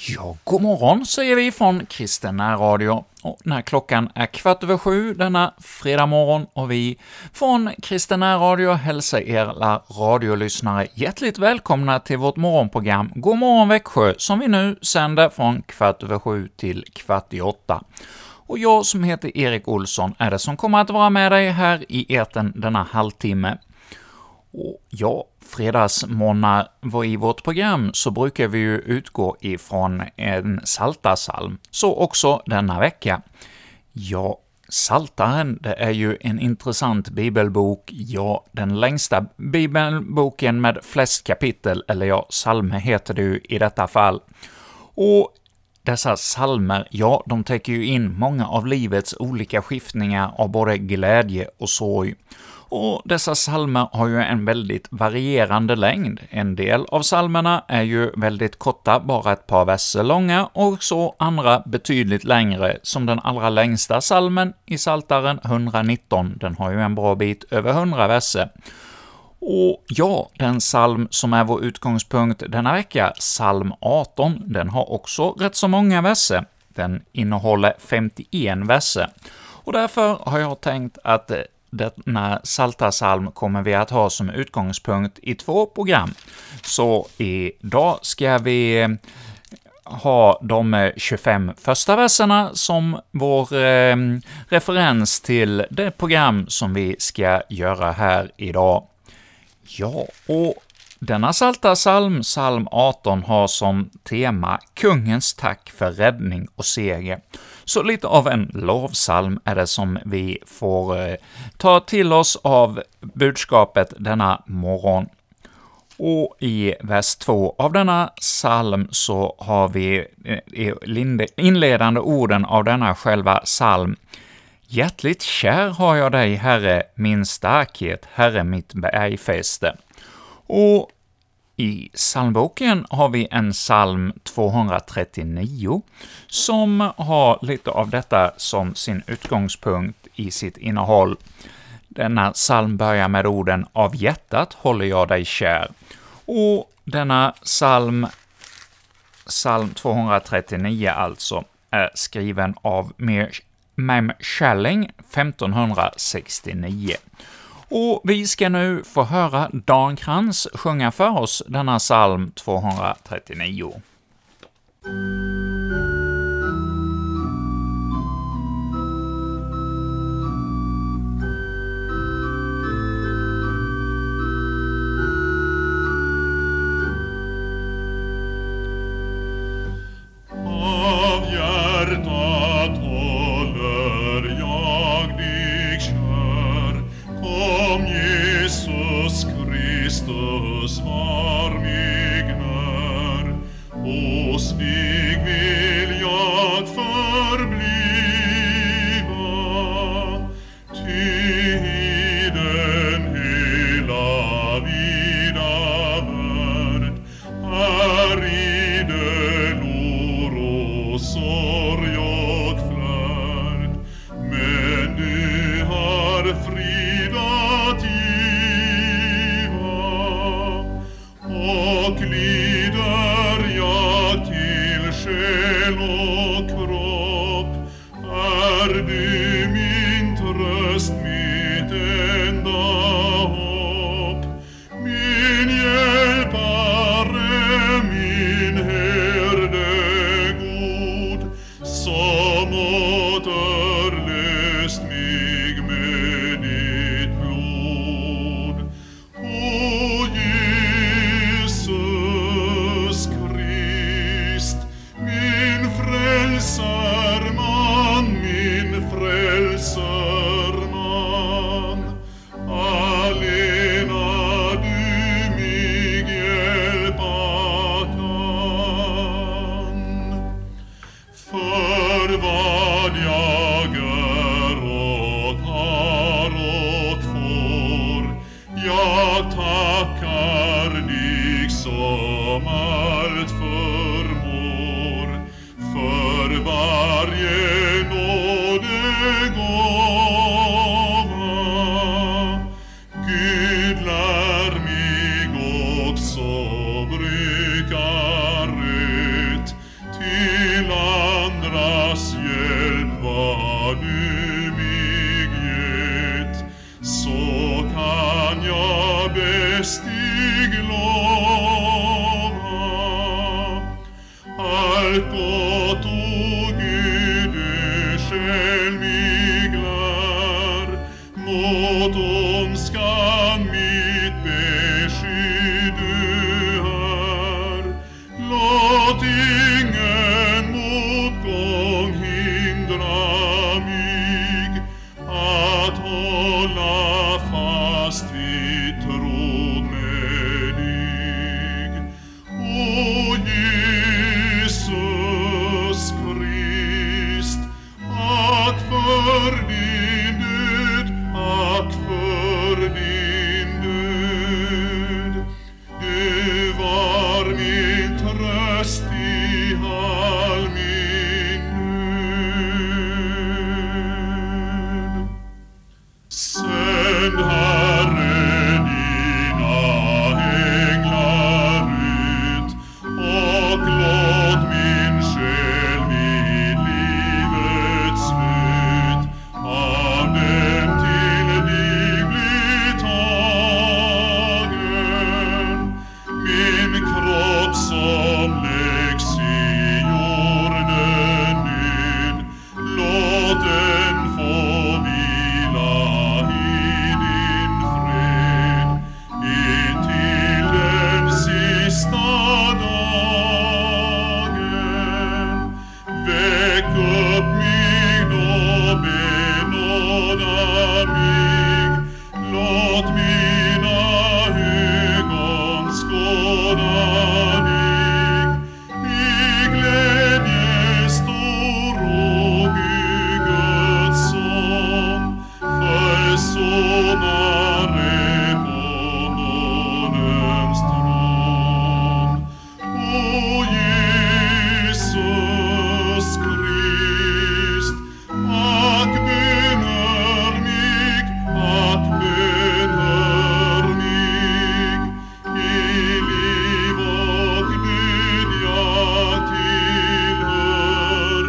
Ja, god morgon säger vi från Kristen Närradio. Och när klockan är 6:15 denna fredag morgon och vi från Kristen Närradio hälsar er alla radiolyssnare hjärtligt välkomna till vårt morgonprogram God morgon Växjö, som vi nu sänder från 7:15 till 7:45. Och jag som heter Erik Olsson är det som kommer att vara med dig här i etern denna halvtimme. Och ja, fredagsmorgnar i vårt program så brukar vi ju utgå ifrån en psaltarpsalm, så också denna vecka. Ja, Psaltaren, det är ju en intressant bibelbok, ja, den längsta bibelboken med flest kapitel, eller ja, psalmer heter det ju i detta fall. Och dessa psalmer, ja, de täcker ju in många av livets olika skiftningar av både glädje och sorg. Och dessa psalmer har ju en väldigt varierande längd. En del av psalmerna är ju väldigt korta, bara ett par verser långa, och så andra betydligt längre, som den allra längsta psalmen i Psaltaren 119. Den har ju en bra bit över 100 verser. Och ja, den psalm som är vår utgångspunkt denna vecka, psalm 18, den har också rätt så många verser. Den innehåller 51 verser. Och därför har jag tänkt att denna psaltarpsalm kommer vi att ha som utgångspunkt i 2 program. Så idag ska vi ha de 25 första verserna som vår referens till det program som vi ska göra här idag. Ja, och denna psaltarpsalm, psalm 18, har som tema kungens tack för räddning och seger. Så lite av en lovpsalm är det som vi får ta till oss av budskapet denna morgon. Och i vers 2 av denna psalm så har vi inledande orden av denna själva psalm. Hjärtligt kär har jag dig, Herre, min starkhet, Herre, mitt bergfäste. Och i psalmboken har vi en psalm 239 som har lite av detta som sin utgångspunkt i sitt innehåll. Denna psalm börjar med orden av hjärtat håller jag dig kär. Och denna psalm 239 alltså, är skriven av Mem Schelling 1569. Och vi ska nu få höra Dan Krantz sjunga för oss denna psalm 239. Brukar rätt stig lova. Allt gott, o Gud, du själv miglar, mot ondskan mitt beskydd du har. Låt ingen motgång hindra mig att hålla fast vid tron med dig. O Jesus Krist, ack för din död, ack för din död. Du var min tröst i all min nöd. Sänd, Herre, dina änglar ut och låt min själ vid livets slut av dem till dig bli tagen. Min kropp som läggs i jorden död, låt den få vila i din fred intill den sista dagen. Väck upp mig då, benåda mig, låt mina ögon skåda dig. I glädje stor och i Guds sång, försonare på nådens tron. O Jesus Krist, ack bönhör mig, ack bönhör mig. I liv och död jag tillhör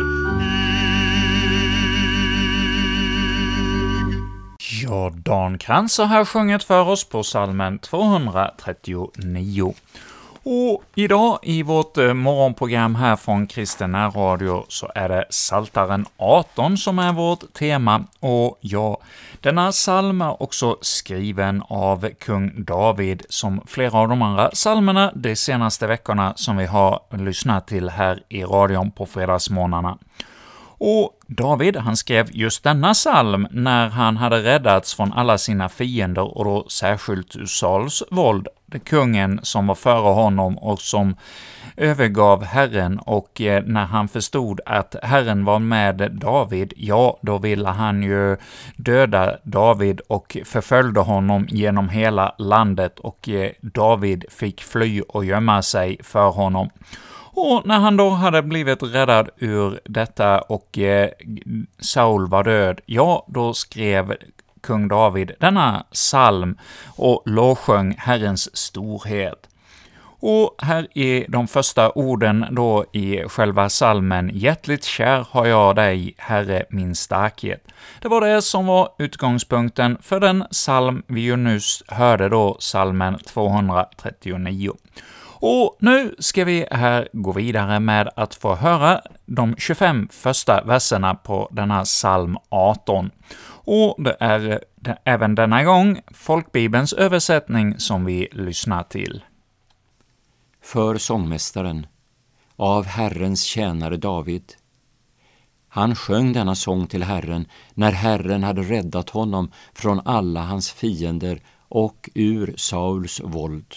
dig. Ja, Dan Krantz har här sjungit för oss på psalmen 239. Och idag i vårt morgonprogram här från Kristen närradio så är det Psaltaren 18 som är vårt tema, och ja, denna psalm är också skriven av kung David, som flera av de andra psalmerna de senaste veckorna som vi har lyssnat till här i radion på fredagsmorgnarna. Och David, han skrev just denna psalm när han hade räddats från alla sina fiender, och då särskilt ur Sauls våld, kungen som var före honom och som övergav Herren, och när han förstod att Herren var med David, ja, då ville han ju döda David och förföljde honom genom hela landet, och David fick fly och gömma sig för honom. Och när han då hade blivit räddad ur detta och Saul var död, ja, då skrev kung David denna psalm och lovsjöng Herrens storhet. Och här är de första orden då i själva psalmen: hjärtligt kär har jag dig, Herre min starkhet. Det var det som var utgångspunkten för den psalm vi ju nyss hörde då, psalmen 239. Och nu ska vi här gå vidare med att få höra de 25 första verserna på denna psalm 18. Och det är även denna gång folkbibelns översättning som vi lyssnar till. För sångmästaren, av Herrens tjänare David. Han sjöng denna sång till Herren när Herren hade räddat honom från alla hans fiender och ur Sauls våld.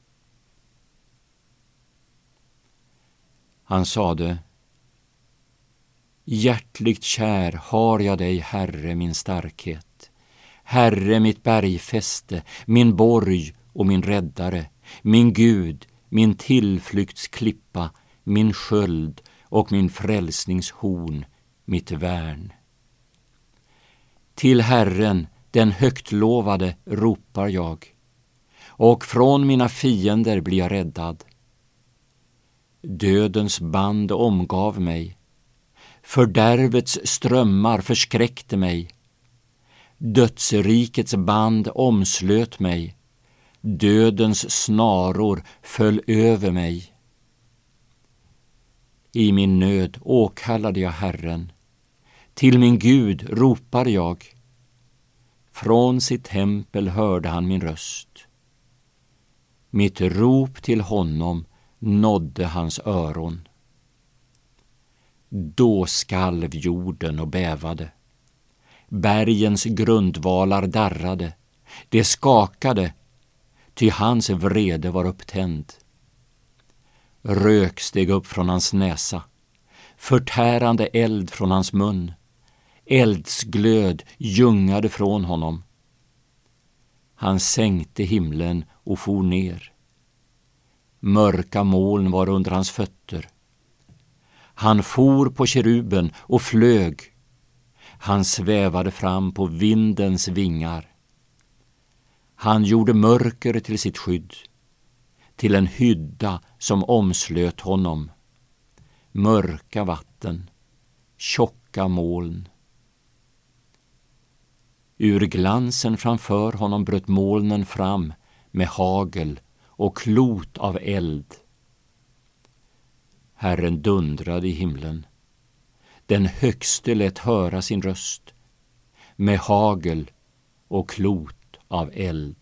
Han sade: hjärtligt kär har jag dig, Herre min starkhet. Herre mitt bergfäste, min borg och min räddare, min Gud, min tillflyktsklippa, min sköld och min frälsningshorn, mitt värn. Till Herren, den högtlovade, ropar jag, och från mina fiender blir jag räddad. Dödens band omgav mig, fördärvets strömmar förskräckte mig. Dödsrikets band omslöt mig, dödens snaror föll över mig. I min nöd åkallade jag Herren, till min Gud ropade jag. Från sitt tempel hörde han min röst. Mitt rop till honom nådde hans öron. Då skalv jorden och bävade. Bergens grundvalar darrade. Det skakade, ty hans vrede var upptänd. Rök steg upp från hans näsa, förtärande eld från hans mun. Eldsglöd ljungade från honom. Han sänkte himlen och for ner. Mörka moln var under hans fötter. Han for på keruben och flög. Han svävade fram på vindens vingar. Han gjorde mörker till sitt skydd, till en hydda som omslöt honom. Mörka vatten, tjocka moln. Ur glansen framför honom bröt molnen fram med hagel och klot av eld. Herren dundrade i himlen. Den högste lät höra sin röst med hagel och klot av eld.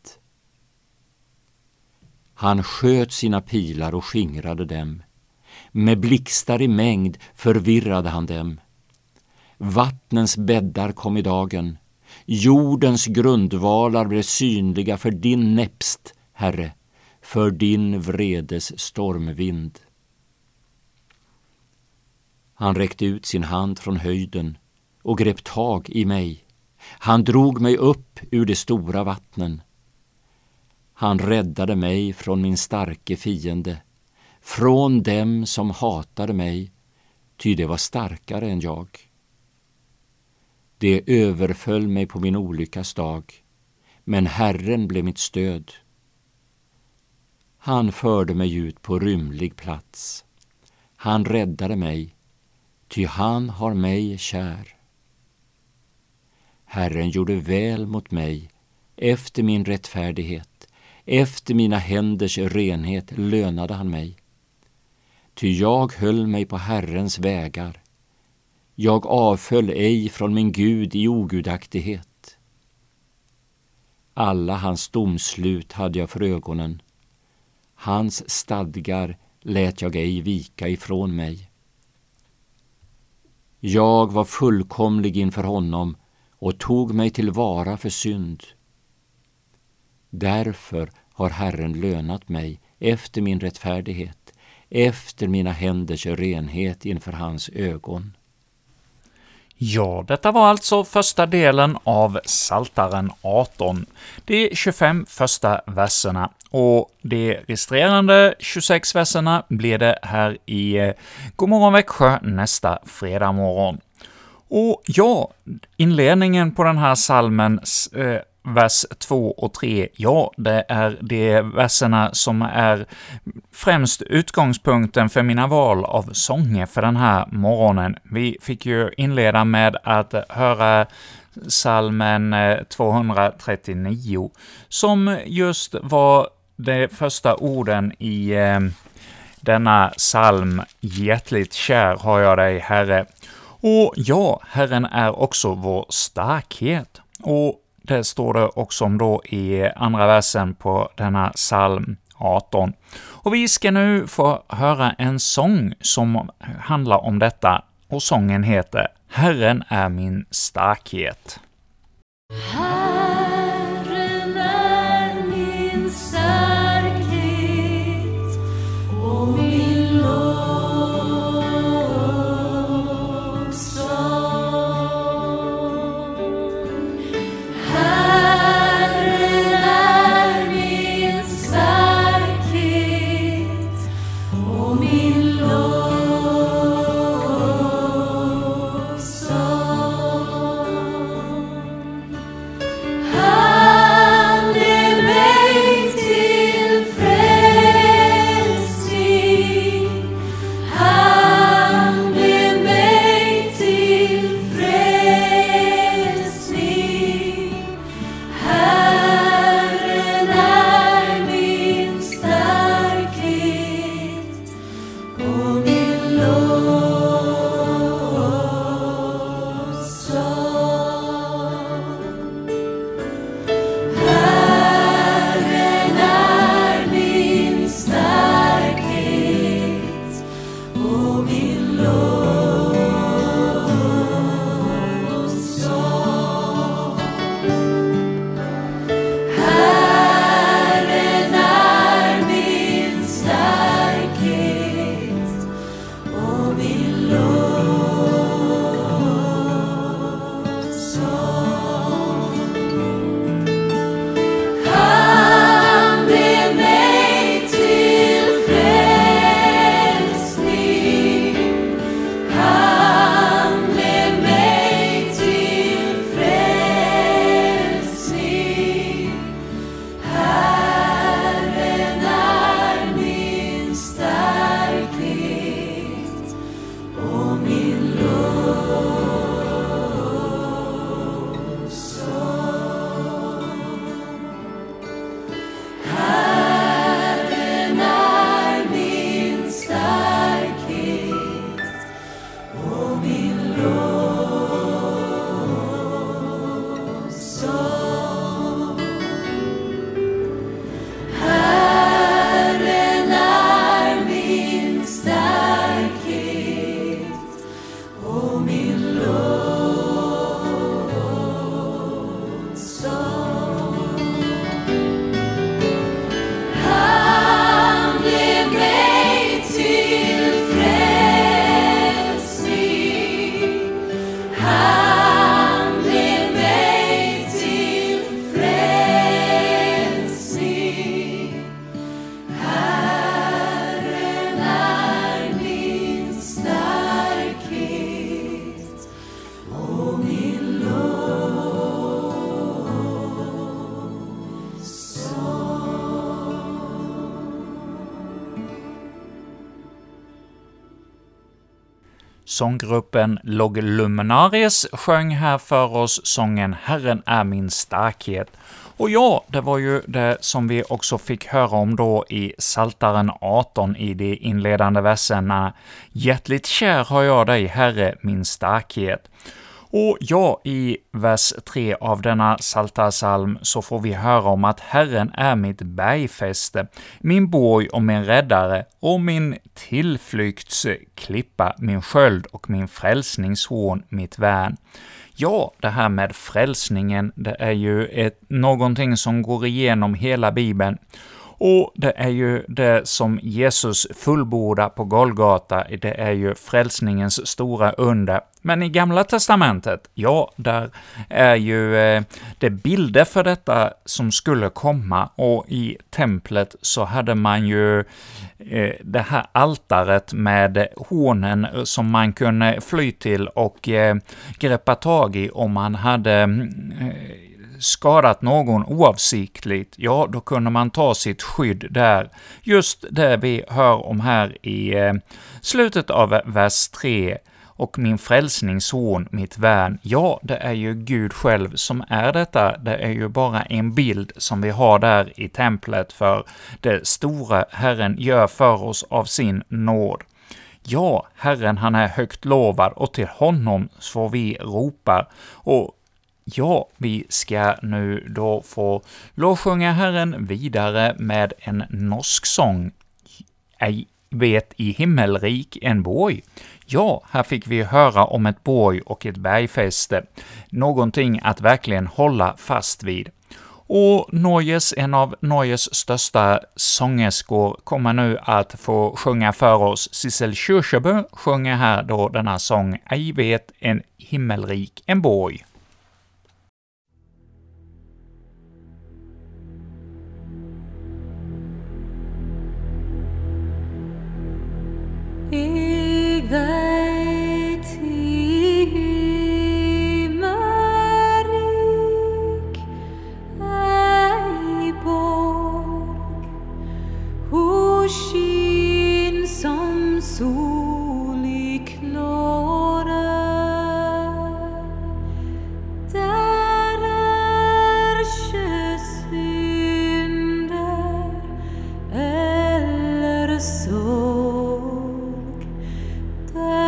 Han sköt sina pilar och skingrade dem. Med blixtar i mängd förvirrade han dem. Vattnens bäddar kom i dagen. Jordens grundvalar blev synliga för din näpst, Herre, för din vredes stormvind. Han räckte ut sin hand från höjden och grep tag i mig. Han drog mig upp ur de stora vattnen. Han räddade mig från min starke fiende, från dem som hatade mig, ty det var starkare än jag. Det överföll mig på min olyckas dag, men Herren blev mitt stöd. Han förde mig ut på rymlig plats. Han räddade mig, ty han har mig kär. Herren gjorde väl mot mig efter min rättfärdighet. Efter mina händers renhet lönade han mig. Ty jag höll mig på Herrens vägar. Jag avföll ej från min Gud i ogudaktighet. Alla hans domslut hade jag för ögonen. Hans stadgar lät jag ej vika ifrån mig. Jag var fullkomlig inför honom och tog mig till vara för synd. Därför har Herren lönat mig efter min rättfärdighet, efter mina händers renhet inför hans ögon. Ja, detta var alltså första delen av Psaltaren 18, de 25 första verserna, och de resterande 26 verserna blir det här i Godmorgon Växjö nästa fredag morgon. Och ja, inledningen på den här psalmen, vers 2 och 3, ja, det är de verserna som är främst utgångspunkten för mina val av sånger för den här morgonen. Vi fick ju inleda med att höra psalmen 239, som just var de första orden i denna psalm. Hjärtligt kär har jag dig, Herre. Och ja, Herren är också vår starkhet. Och det står det också om då i andra versen på denna psalm 18. Och vi ska nu få höra en sång som handlar om detta, och sången heter Herren är min starkhet. Herren är min starkhet och min lovsång. Sånggruppen Log Luminaries sjöng här för oss sången ”Herren är min starkhet”. Och ja, det var ju det som vi också fick höra om då i Psaltaren 18 i de inledande verserna. ”Hjärtligt kär har jag dig, Herre, min starkhet”. Och ja, i vers 3 av denna psaltarpsalm så får vi höra om att Herren är mitt bergfäste, min borg och min räddare och min tillflyktsklippa, min sköld och min frälsningshorn, mitt värn. Ja, det här med frälsningen, det är ju någonting som går igenom hela Bibeln. Och det är ju det som Jesus fullbordar på Golgata, det är ju frälsningens stora under. Men i Gamla testamentet, ja, där är ju det bilder för detta som skulle komma, och i templet så hade man ju det här altaret med hornen som man kunde fly till och greppa tag i om man hade skadat någon oavsiktligt. Ja, då kunde man ta sitt skydd där. Just det vi hör om här i slutet av vers 3. Och min frälsningshorn, mitt värn. Ja, det är ju Gud själv som är detta. Det är ju bara en bild som vi har där i templet för det stora Herren gör för oss av sin nåd. Ja, Herren han är högt lovad och till honom får vi ropa. Och ja, vi ska nu då få lovsjunga Herren vidare med en norsk sång. Ej vet i himmelrik en borg. Ja, här fick vi höra om ett borg och ett bergfäste. Någonting att verkligen hålla fast vid. Och en av Norges största sångerskor kommer nu att få sjunga för oss. Sissel Kyrkjebø sjunger här då denna sång Ej vet en himmelrik en borg. Ik vet i himmelrik ej borg, hur skin som sol i knorre. Där är sjö synder eller sorg.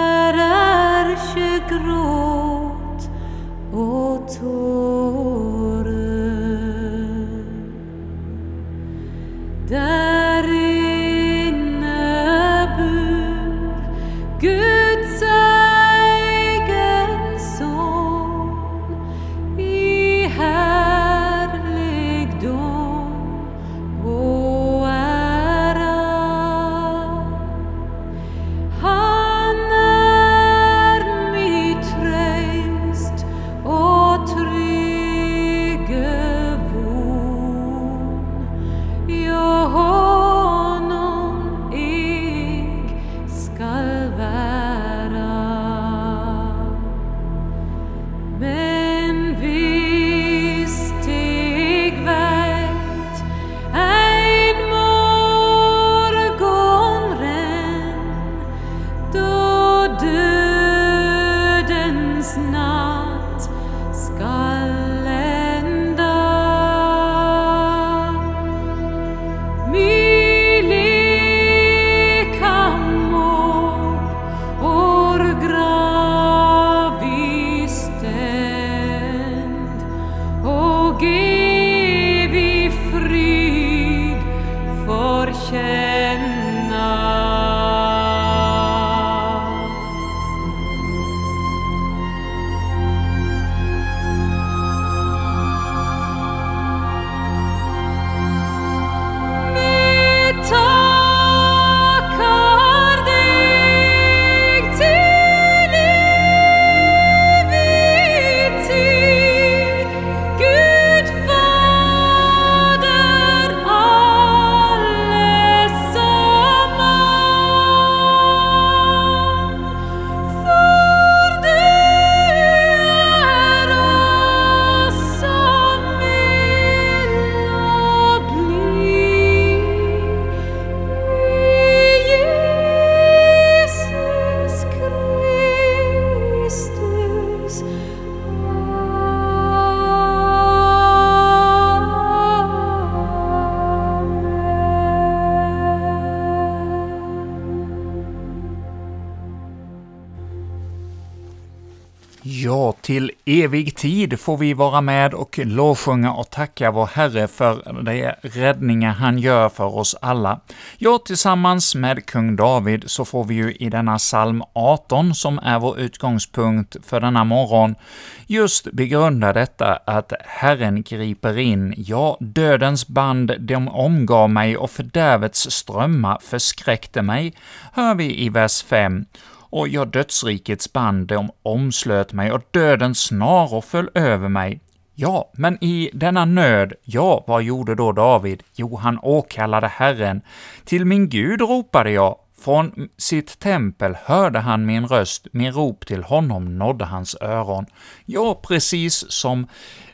Ja, till evig tid får vi vara med och lovsjunga och tacka vår Herre för de räddningar han gör för oss alla. Ja, tillsammans med kung David så får vi ju i denna psalm 18, som är vår utgångspunkt för denna morgon, just begrunda detta att Herren griper in. Ja, dödens band, de omgav mig och fördärvets strömmar förskräckte mig, hör vi i vers 5. Och ja, dödsrikets band, de omslöt mig, och dödens snaror föll över mig. Ja, men i denna nöd, ja, vad gjorde då David? Jo, han åkallade Herren. Till min Gud ropade jag. Från sitt tempel hörde han min röst, min rop till honom nådde hans öron. Ja, precis som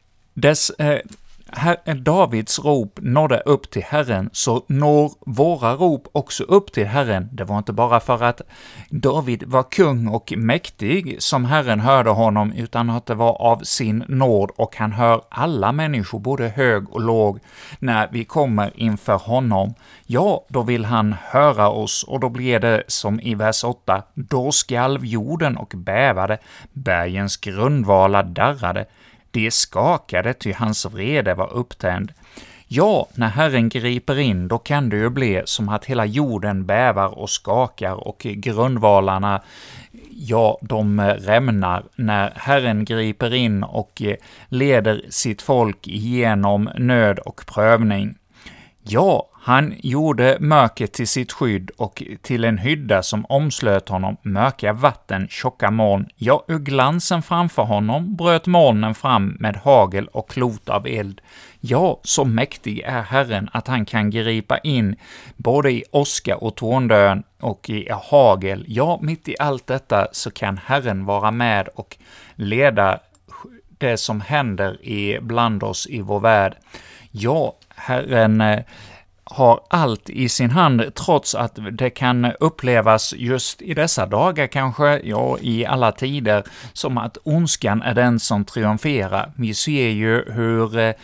Davids rop nådde upp till Herren, så når våra rop också upp till Herren. Det var inte bara för att David var kung och mäktig som Herren hörde honom, utan att det var av sin nåd, och han hör alla människor, både hög och låg, när vi kommer inför honom. Ja, då vill han höra oss, och då blir det som i vers 8, då skalv jorden och bävade, bergens grundvalar darrade. Det skakade, ty hans vrede var upptänd. Ja, när Herren griper in, då kan det ju bli som att hela jorden bävar och skakar, och grundvalarna, ja, de rämnar när Herren griper in och leder sitt folk igenom nöd och prövning. Ja, han gjorde mörkret till sitt skydd och till en hydda som omslöt honom, mörka vatten, tjocka moln. Ja, ur glansen framför honom bröt molnen fram med hagel och klot av eld. Ja, så mäktig är Herren att han kan gripa in både i åska och torndön och i hagel. Ja, mitt i allt detta så kan Herren vara med och leda det som händer bland oss i vår värld. Ja, Herren har allt i sin hand, trots att det kan upplevas just i dessa dagar, kanske, ja, i alla tider, som att ondskan är den som triumferar. Vi ser ju hur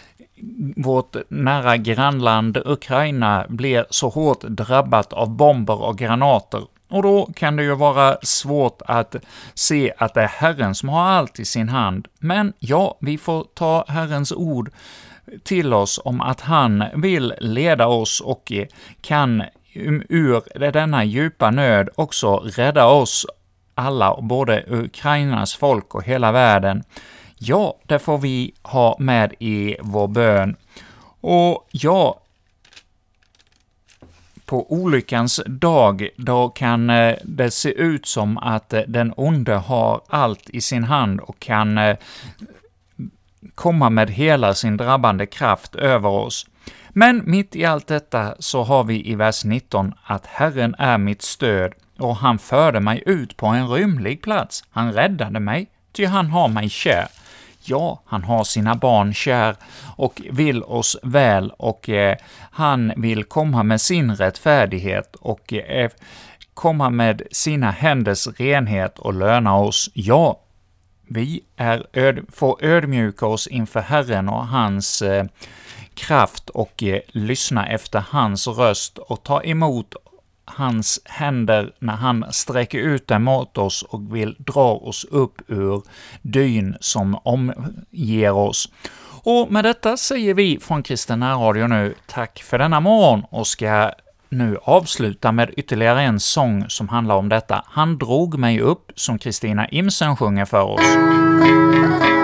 vårt nära grannland Ukraina blir så hårt drabbat av bomber och granater. Och då kan det ju vara svårt att se att det är Herren som har allt i sin hand. Men ja, vi får ta Herrens ord till oss om att han vill leda oss och kan ur denna djupa nöd också rädda oss alla, både Ukrainas folk och hela världen. Ja, det får vi ha med i vår bön. Och ja, på olyckans dag, då kan det se ut som att den onde har allt i sin hand och kan komma med hela sin drabbande kraft över oss. Men mitt i allt detta så har vi i vers 19 att Herren är mitt stöd, och han förde mig ut på en rymlig plats. Han räddade mig, ty han har mig kär. Ja, han har sina barn kär och vill oss väl, och han vill komma med sin rättfärdighet och komma med sina händers renhet och löna oss. Ja, vi får ödmjuka oss inför Herren och hans kraft och lyssna efter hans röst och ta emot hans händer när han sträcker ut dem mot oss och vill dra oss upp ur dyn som omger oss. Och med detta säger vi från Kristen Närradio nu tack för denna morgon, och ska nu avsluta med ytterligare en sång som handlar om detta. Han drog mig upp, som Kristina Imsen sjunger för oss.